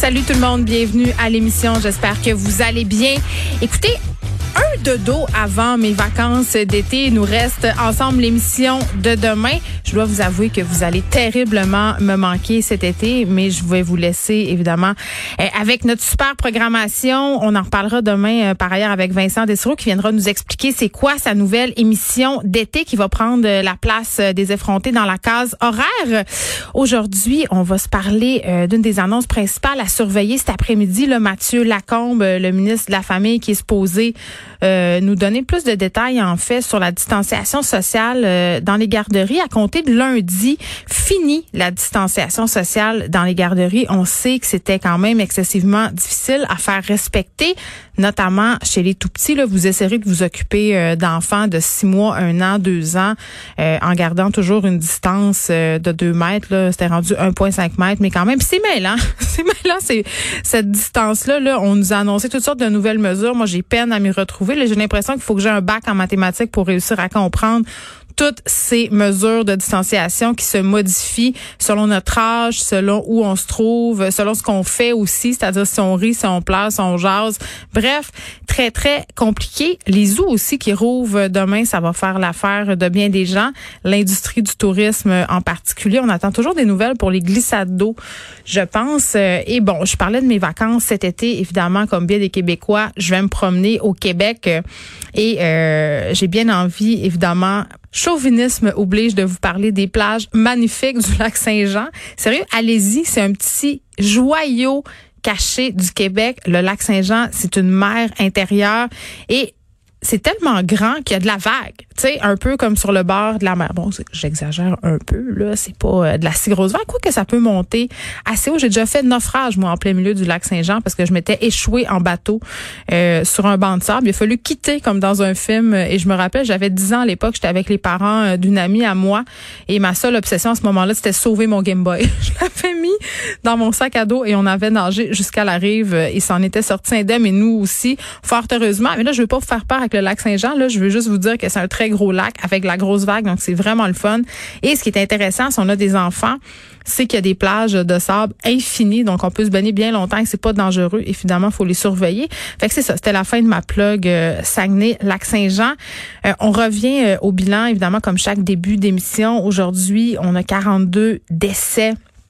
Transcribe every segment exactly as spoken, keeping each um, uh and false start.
Salut tout le monde, bienvenue à l'émission. J'espère que vous allez bien. Écoutez, un dodo avant mes vacances d'été. Il nous reste ensemble l'émission de demain. Je dois vous avouer que vous allez terriblement me manquer cet été, mais je vais vous laisser évidemment euh, avec notre super programmation. On en reparlera demain euh, par ailleurs avec Vincent Dessereau qui viendra nous expliquer c'est quoi sa nouvelle émission d'été qui va prendre euh, la place euh, des effrontés dans la case horaire. Aujourd'hui, on va se parler euh, d'une des annonces principales à surveiller cet après-midi. Là, Mathieu Lacombe, le ministre de la Famille, qui est supposé Euh, nous donner plus de détails en fait sur la distanciation sociale euh, dans les garderies. À compter de lundi, fini la distanciation sociale dans les garderies. On sait que c'était quand même excessivement difficile à faire respecter, notamment chez les tout-petits. Là, vous essayerez de vous occuper euh, d'enfants de six mois, un an, deux ans, euh, en gardant toujours une distance euh, de deux mètres. Là, c'était rendu un virgule cinq mètres, mais quand même, c'est mêlant. c'est mêlant, c'est cette distance-là. Là, on nous a annoncé toutes sortes de nouvelles mesures. Moi, j'ai peine à m'y retrouver. Là, j'ai l'impression qu'il faut que j'ai un bac en mathématiques pour réussir à comprendre toutes ces mesures de distanciation qui se modifient selon notre âge, selon où on se trouve, selon ce qu'on fait aussi, c'est-à-dire si on rit, si on pleure, si on jase. Bref, très, très compliqué. Les zoos aussi qui rouvrent demain, ça va faire l'affaire de bien des gens. L'industrie du tourisme en particulier. On attend toujours des nouvelles pour les glissades d'eau, je pense. Et bon, je parlais de mes vacances cet été, évidemment, comme bien des Québécois, je vais me promener au Québec et euh, j'ai bien envie, évidemment, chauvinisme oblige de vous parler des plages magnifiques du lac Saint-Jean. Sérieux, allez-y, c'est un petit joyau caché du Québec. Le lac Saint-Jean, c'est une mer intérieure et c'est tellement grand qu'il y a de la vague, tu sais, un peu comme sur le bord de la mer. Bon, j'exagère un peu, là, c'est pas euh, de la si grosse vague, quoi que ça peut monter assez haut. J'ai déjà fait naufrage, moi, en plein milieu du lac Saint-Jean parce que je m'étais échouée en bateau euh, sur un banc de sable. Il a fallu quitter comme dans un film et je me rappelle, j'avais dix ans à l'époque, j'étais avec les parents euh, d'une amie à moi et ma seule obsession à ce moment-là, c'était sauver mon Game Boy. Je l'avais mis dans mon sac à dos et on avait nagé jusqu'à la rive et s'en était sorti indemne et nous aussi, fort heureusement. Mais là, je veux pas vous faire peur avec le lac Saint-Jean, là, je veux juste vous dire que c'est un très gros lac avec la grosse vague, donc c'est vraiment le fun. Et ce qui est intéressant, si on a des enfants, c'est qu'il y a des plages de sable infinies, donc on peut se baigner bien longtemps et c'est pas dangereux. Évidemment, il faut les surveiller. Fait que c'est ça, c'était la fin de ma plug euh, Saguenay-Lac-Saint-Jean. Euh, on revient euh, au bilan, évidemment, comme chaque début d'émission. Aujourd'hui, on a quarante-deux décès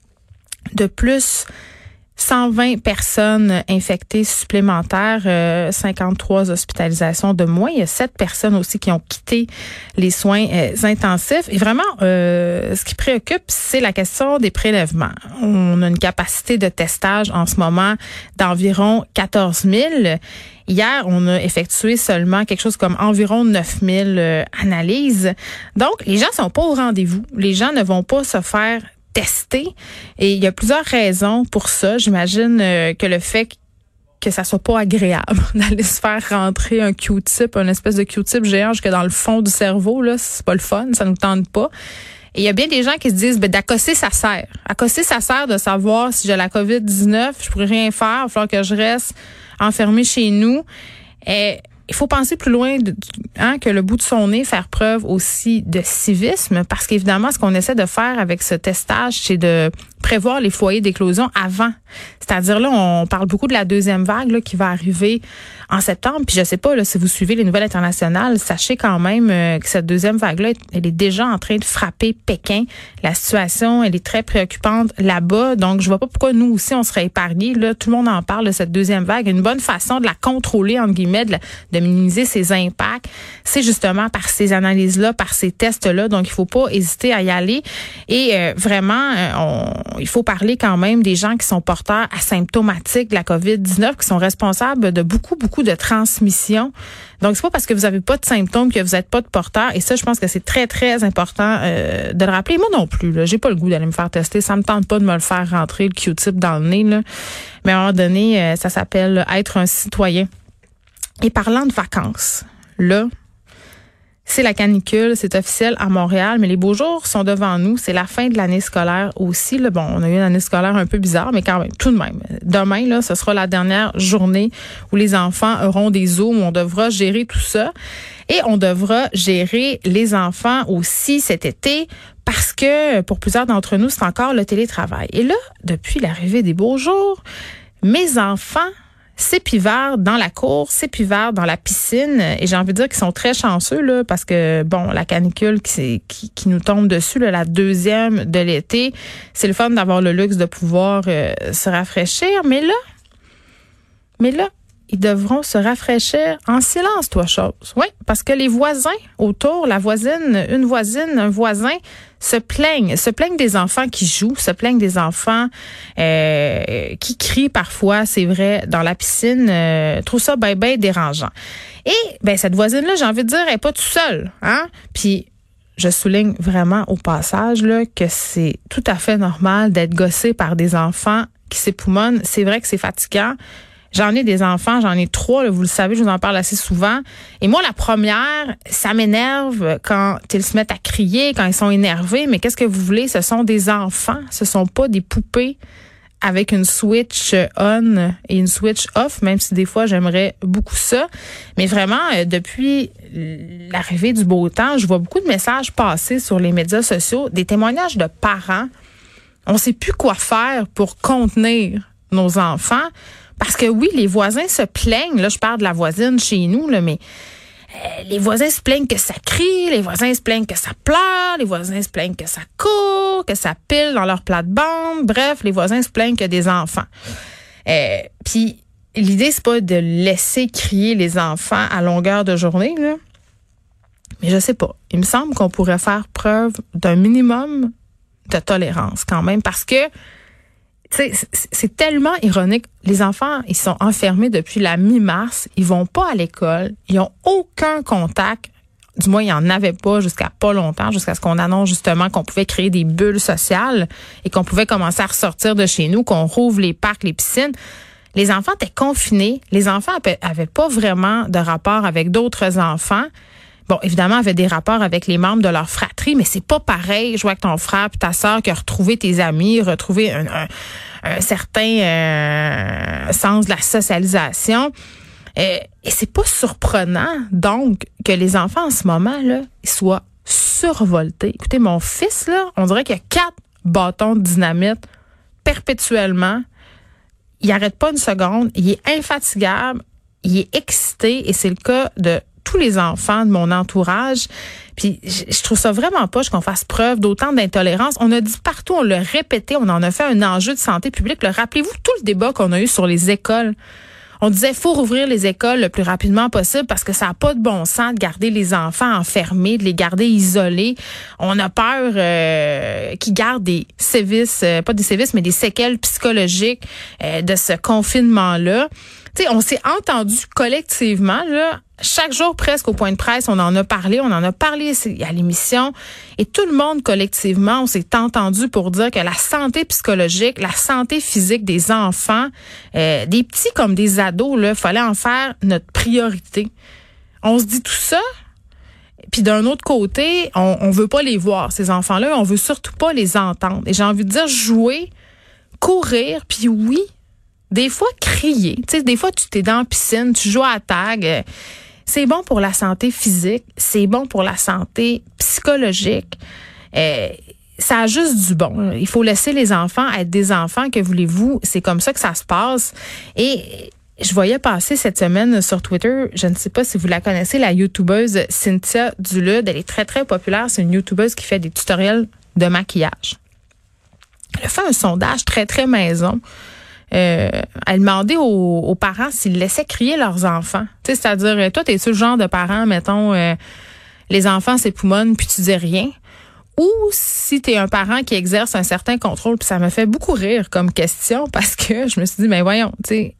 de plus. cent vingt personnes infectées supplémentaires, euh, cinquante-trois hospitalisations de moins. Il y a sept personnes aussi qui ont quitté les soins euh, intensifs. Et vraiment, euh, ce qui préoccupe, c'est la question des prélèvements. On a une capacité de testage en ce moment d'environ quatorze mille. Hier, on a effectué seulement quelque chose comme environ neuf mille euh, analyses. Donc, les gens sont pas au rendez-vous. Les gens ne vont pas se faire tester. Et il y a plusieurs raisons pour ça. J'imagine euh, que le fait que ça soit pas agréable d'aller se faire rentrer un Q-tip, une espèce de Q-tip géant jusque dans le fond du cerveau, là, c'est pas le fun, ça nous tente pas. Et il y a bien des gens qui se disent, ben, d'acosser, ça sert. Acosser, ça sert de savoir si j'ai la covid dix-neuf, je pourrais rien faire, il va falloir que je reste enfermée chez nous. Et il faut penser plus loin de, hein, que le bout de son nez, faire preuve aussi de civisme, parce qu'évidemment, ce qu'on essaie de faire avec ce testage, c'est de prévoir les foyers d'éclosion avant. C'est-à-dire là, on parle beaucoup de la deuxième vague là, qui va arriver en septembre. Puis je sais pas là, si vous suivez les nouvelles internationales, sachez quand même euh, que cette deuxième vague-là, elle est déjà en train de frapper Pékin. La situation, elle est très préoccupante là-bas. Donc, je vois pas pourquoi nous aussi, on serait épargnés. Là, tout le monde en parle de cette deuxième vague. Une bonne façon de la contrôler, entre guillemets, de, la, de minimiser ses impacts, c'est justement par ces analyses-là, par ces tests-là. Donc, il faut pas hésiter à y aller. Et euh, vraiment, euh, on, il faut parler quand même des gens qui sont porteurs asymptomatiques de la covid dix-neuf, qui sont responsables de beaucoup, beaucoup de transmission. Donc, c'est pas parce que vous avez pas de symptômes que vous êtes pas de porteur. Et ça, je pense que c'est très, très important euh, de le rappeler. Moi non plus, là, j'ai pas le goût d'aller me faire tester. Ça me tente pas de me le faire rentrer, le Q-tip dans le nez, là. Mais à un moment donné, euh, ça s'appelle être un citoyen. Et parlant de vacances, là, c'est la canicule, c'est officiel à Montréal, mais les beaux jours sont devant nous. C'est la fin de l'année scolaire aussi. Là. Bon, on a eu une année scolaire un peu bizarre, mais quand même, tout de même. Demain, là, ce sera la dernière journée où les enfants auront des zooms, où on devra gérer tout ça. Et on devra gérer les enfants aussi cet été parce que pour plusieurs d'entre nous, c'est encore le télétravail. Et là, depuis l'arrivée des beaux jours, Mes enfants s'épivèrent dans la cour, s'épivèrent dans la piscine, et j'ai envie de dire qu'ils sont très chanceux là, parce que bon, la canicule qui, qui, qui nous tombe dessus, là, la deuxième de l'été, c'est le fun d'avoir le luxe de pouvoir euh, se rafraîchir, mais là, mais là, ils devront se rafraîchir en silence, toi, chose. Oui, parce que les voisins autour, la voisine, une voisine, un voisin, se plaignent, se plaignent des enfants qui jouent, se plaignent des enfants euh, qui crient parfois, c'est vrai, dans la piscine. Euh, trouve ça ben, ben dérangeant. Et ben cette voisine-là, j'ai envie de dire, elle n'est pas toute seule, hein. Puis je souligne vraiment au passage là que c'est tout à fait normal d'être gossé par des enfants qui s'époumonnent. C'est vrai que c'est fatigant. J'en ai des enfants, j'en ai trois, là, vous le savez, je vous en parle assez souvent. Et moi, la première, ça m'énerve quand ils se mettent à crier, quand ils sont énervés. Mais qu'est-ce que vous voulez? Ce sont des enfants, ce sont pas des poupées avec une switch on et une switch off, même si des fois, j'aimerais beaucoup ça. Mais vraiment, depuis l'arrivée du beau temps, je vois beaucoup de messages passer sur les médias sociaux, des témoignages de parents. On sait plus quoi faire pour contenir nos enfants. Parce que oui, les voisins se plaignent. Là, je parle de la voisine chez nous, là, mais euh, les voisins se plaignent que ça crie, les voisins se plaignent que ça pleure, les voisins se plaignent que ça court, que ça pile dans leur plate-bande. Bref, les voisins se plaignent que des enfants. Euh, Puis l'idée, c'est pas de laisser crier les enfants à longueur de journée, là. Mais je sais pas. Il me semble qu'on pourrait faire preuve d'un minimum de tolérance quand même, parce que tu sais, c'est tellement ironique. Les enfants, ils sont enfermés depuis la mi-mars. Ils vont pas à l'école. Ils ont aucun contact. Du moins, il n'y en avait pas jusqu'à pas longtemps, jusqu'à ce qu'on annonce justement qu'on pouvait créer des bulles sociales et qu'on pouvait commencer à ressortir de chez nous, qu'on rouvre les parcs, les piscines. Les enfants étaient confinés. Les enfants avaient pas vraiment de rapport avec d'autres enfants. Bon, évidemment, avaient des rapports avec les membres de leur fratrie, mais c'est pas pareil jouer avec ton frère puis ta sœur que retrouver tes amis, retrouver un, un, un certain euh, sens de la socialisation. Euh, et c'est pas surprenant, donc, que les enfants en ce moment-là soient survoltés. Écoutez, mon fils, là, on dirait qu'il y a quatre bâtons de dynamite perpétuellement. Il arrête pas une seconde. Il est infatigable. Il est excité, et c'est le cas de tous les enfants de mon entourage. Puis je trouve ça vraiment poche qu'on fasse preuve d'autant d'intolérance. On a dit partout, on l'a répété, on en a fait un enjeu de santé publique. Le rappelez-vous tout le débat qu'on a eu sur les écoles. On disait faut rouvrir les écoles le plus rapidement possible parce que ça n'a pas de bon sens de garder les enfants enfermés, de les garder isolés. On a peur euh, qu'ils gardent des sévices, euh, pas des sévices, mais des séquelles psychologiques euh, de ce confinement-là. Tu sais, on s'est entendu collectivement, là, chaque jour presque au point de presse, on en a parlé, on en a parlé à l'émission, et tout le monde collectivement, on s'est entendu pour dire que la santé psychologique, la santé physique des enfants, euh, des petits comme des ados, là, fallait en faire notre priorité. On se dit tout ça, puis d'un autre côté, on, on veut pas les voir, ces enfants-là, on veut surtout pas les entendre. Et j'ai envie de dire jouer, courir, puis oui, des fois, crier. Tu sais, des fois, tu t'es dans la piscine, tu joues à tag. Euh, c'est bon pour la santé physique, c'est bon pour la santé psychologique. Euh, ça a juste du bon. Il faut laisser les enfants être des enfants, que voulez-vous. C'est comme ça que ça se passe. Et je voyais passer cette semaine sur Twitter, je ne sais pas si vous la connaissez, la youtubeuse Cynthia Dulude. Elle est très, très populaire. C'est une youtubeuse qui fait des tutoriels de maquillage. Elle a fait un sondage très, très maison. Euh, elle demandait aux, aux parents s'ils laissaient crier leurs enfants. Tu sais, c'est-à-dire, toi, t'es-tu le genre de parent, mettons, euh, les enfants s'époumonnent puis tu dis rien? Ou si t'es un parent qui exerce un certain contrôle, puis ça me fait beaucoup rire comme question parce que je me suis dit, ben voyons, tu sais,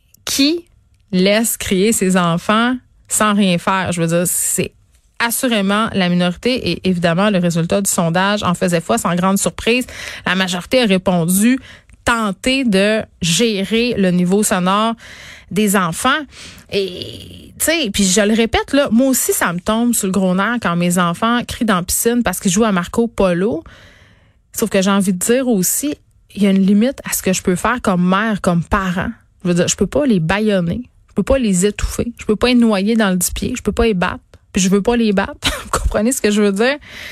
qui laisse crier ses enfants sans rien faire? Je veux dire, c'est assurément la minorité, et évidemment, le résultat du sondage en faisait foi sans grande surprise. La majorité a répondu tenter de gérer le niveau sonore des enfants. Et, tu sais, puis je le répète, là, moi aussi, ça me tombe sur le gros nerf quand mes enfants crient dans la piscine parce qu'ils jouent à Marco Polo. Sauf que j'ai envie de dire aussi, il y a une limite à ce que je peux faire comme mère, comme parent. Je veux dire, je peux pas les bâillonner. Je peux pas les étouffer. Je peux pas les noyer dans le dix pieds. Je peux pas les battre. Puis je veux pas les battre. Vous comprenez ce que je veux dire?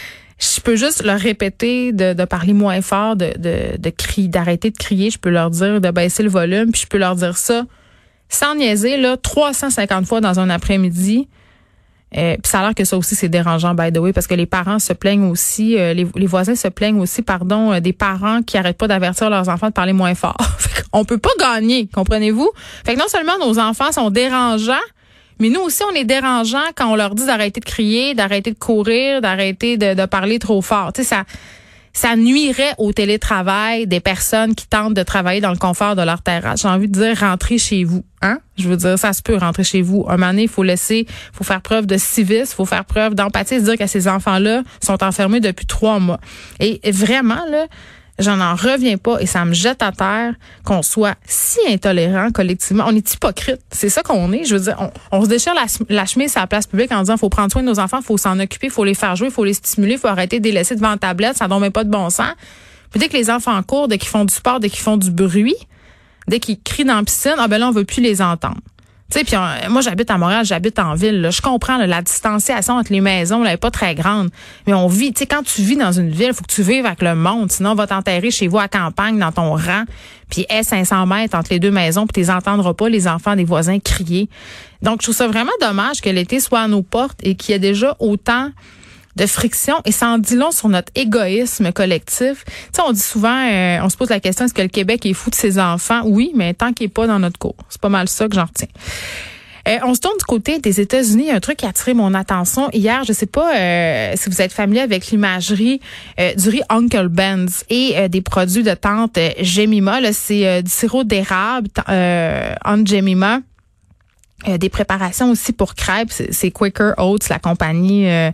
je peux juste leur répéter de, de parler moins fort, de, de, de crier, d'arrêter de crier. Je peux leur dire de baisser le volume, puis je peux leur dire ça sans niaiser, là, trois cent cinquante fois dans un après-midi. Euh, puis ça a l'air que ça aussi, c'est dérangeant, by the way, parce que les parents se plaignent aussi, euh, les, les voisins se plaignent aussi, pardon, euh, des parents qui arrêtent pas d'avertir leurs enfants de parler moins fort. On peut pas gagner, comprenez-vous? Fait que non seulement nos enfants sont dérangeants, mais nous aussi, on est dérangeants quand on leur dit d'arrêter de crier, d'arrêter de courir, d'arrêter de, de parler trop fort. Tu sais, ça, ça nuirait au télétravail des personnes qui tentent de travailler dans le confort de leur terrasse. J'ai envie de dire, rentrez chez vous. Hein? Je veux dire, ça se peut rentrer chez vous. Un moment donné, il faut laisser, faut faire preuve de civisme, il faut faire preuve d'empathie, se dire que ces enfants-là sont enfermés depuis trois mois. Et vraiment, là, j'en en reviens pas et ça me jette à terre qu'on soit si intolérant collectivement. On est hypocrite. C'est ça qu'on est. Je veux dire, on, on se déchire la, la chemise à la place publique en disant faut prendre soin de nos enfants, faut s'en occuper, faut les faire jouer, faut les stimuler, faut arrêter de les laisser devant la tablette, ça donne même pas de bon sens. Puis dès que les enfants courent, dès qu'ils font du sport, dès qu'ils font du bruit, dès qu'ils crient dans la piscine, ah ben là, on veut plus les entendre. Tu sais, puis moi, j'habite à Montréal, j'habite en ville. Là. Je comprends là, la distanciation entre les maisons, elle n'est pas très grande. Mais on vit, tu sais, quand tu vis dans une ville, il faut que tu vives avec le monde. Sinon, on va t'enterrer chez vous à campagne, dans ton rang. Puis, est cinq cents mètres entre les deux maisons, puis tu les entendras pas, les enfants des voisins, crier. Donc, je trouve ça vraiment dommage que l'été soit à nos portes et qu'il y ait déjà autant de friction, et ça en dit long sur notre égoïsme collectif. Tu sais, on dit souvent, euh, on se pose la question, est-ce que le Québec est fou de ses enfants? Oui, mais tant qu'il est pas dans notre cour. C'est pas mal ça que j'en retiens. Euh, on se tourne du côté des États-Unis. Il y a un truc qui a attiré mon attention hier. Je sais pas euh, si vous êtes familier avec l'imagerie euh, du riz Uncle Ben's et euh, des produits de tante euh, Jemima. Là, c'est euh, du sirop d'érable euh, Aunt Jemima. Euh, des préparations aussi pour crêpes, c'est Quaker Oats, la compagnie euh,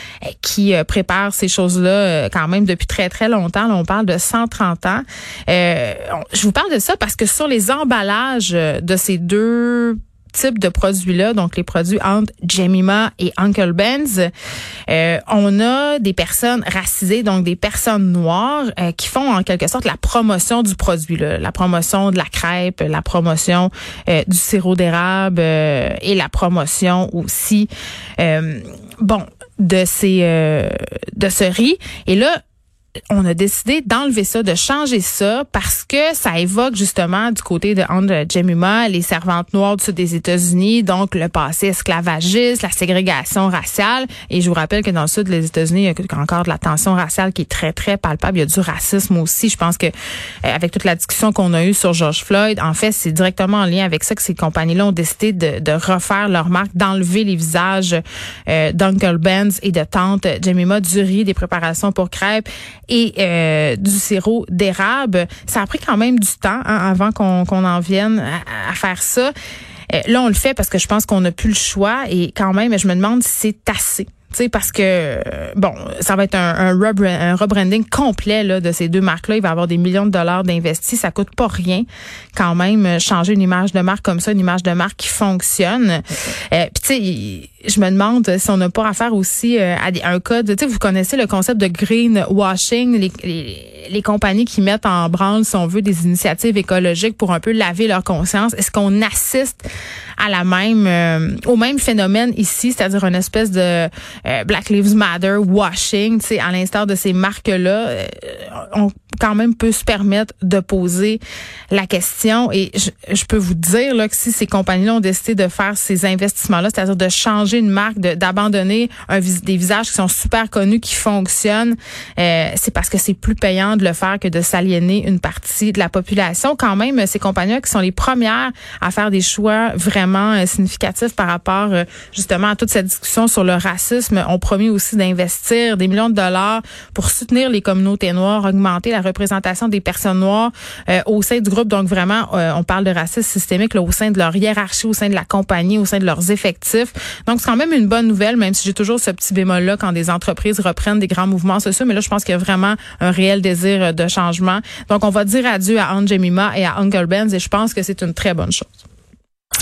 qui euh, prépare ces choses-là euh, quand même depuis très très longtemps. Là, on parle de cent trente ans. Euh, on, je vous parle de ça parce que sur les emballages de ces deux types de produits-là, donc les produits Aunt Jemima et Uncle Ben's, euh, on a des personnes racisées, donc des personnes noires euh, qui font en quelque sorte la promotion du produit-là, la promotion de la crêpe, la promotion euh, du sirop d'érable euh, et la promotion aussi, euh, bon, de ces euh, de ce riz. Et là, on a décidé d'enlever ça, de changer ça, parce que ça évoque justement du côté de Aunt Jemima les servantes noires du sud des États-Unis, donc le passé esclavagiste, la ségrégation raciale. Et je vous rappelle que dans le sud des États-Unis, il y a encore de la tension raciale qui est très, très palpable. Il y a du racisme aussi. Je pense que euh, avec toute la discussion qu'on a eue sur George Floyd, en fait, c'est directement en lien avec ça que ces compagnies-là ont décidé de, de refaire leur marque, d'enlever les visages euh, d'Uncle Ben's et de tante Jemima, du riz, des préparations pour crêpes et euh, du sirop d'érable. Ça a pris quand même du temps hein, avant qu'on qu'on en vienne à, à faire ça. Euh, là, on le fait parce que je pense qu'on n'a plus le choix et quand même, je me demande si c'est assez. Tu sais, parce que, bon, ça va être un, un, rebr- un rebranding complet là, de ces deux marques-là. Il va y avoir des millions de dollars d'investis. Ça coûte pas rien quand même, changer une image de marque comme ça, une image de marque qui fonctionne. Euh, Puis, tu sais, je me demande si on n'a pas affaire aussi euh, à, des, à un code. Tu sais, vous connaissez le concept de greenwashing, les, les, les compagnies qui mettent en branle, si on veut, des initiatives écologiques pour un peu laver leur conscience. Est-ce qu'on assiste à la même, euh, au même phénomène ici, c'est-à-dire une espèce de euh, Black Lives Matter washing, tu sais, à l'instar de ces marques-là, euh, on quand même peut se permettre de poser la question. Et je, je peux vous dire là que si ces compagnies-là ont décidé de faire ces investissements-là, c'est-à-dire de changer une marque, de, d'abandonner un, des visages qui sont super connus, qui fonctionnent, euh, c'est parce que c'est plus payant de le faire que de s'aliéner une partie de la population. Quand même, ces compagnies-là qui sont les premières à faire des choix vraiment euh, significatifs par rapport euh, justement à toute cette discussion sur le racisme, ont promis aussi d'investir des millions de dollars pour soutenir les communautés noires, augmenter la représentation des personnes noires euh, au sein du groupe. Donc vraiment, euh, on parle de racisme systémique là, au sein de leur hiérarchie, au sein de la compagnie, au sein de leurs effectifs. Donc c'est quand même une bonne nouvelle, même si j'ai toujours ce petit bémol-là quand des entreprises reprennent des grands mouvements sociaux. Mais là, je pense qu'il y a vraiment un réel désir de changement. Donc on va dire adieu à Aunt Jemima et à Uncle Ben's et je pense que c'est une très bonne chose.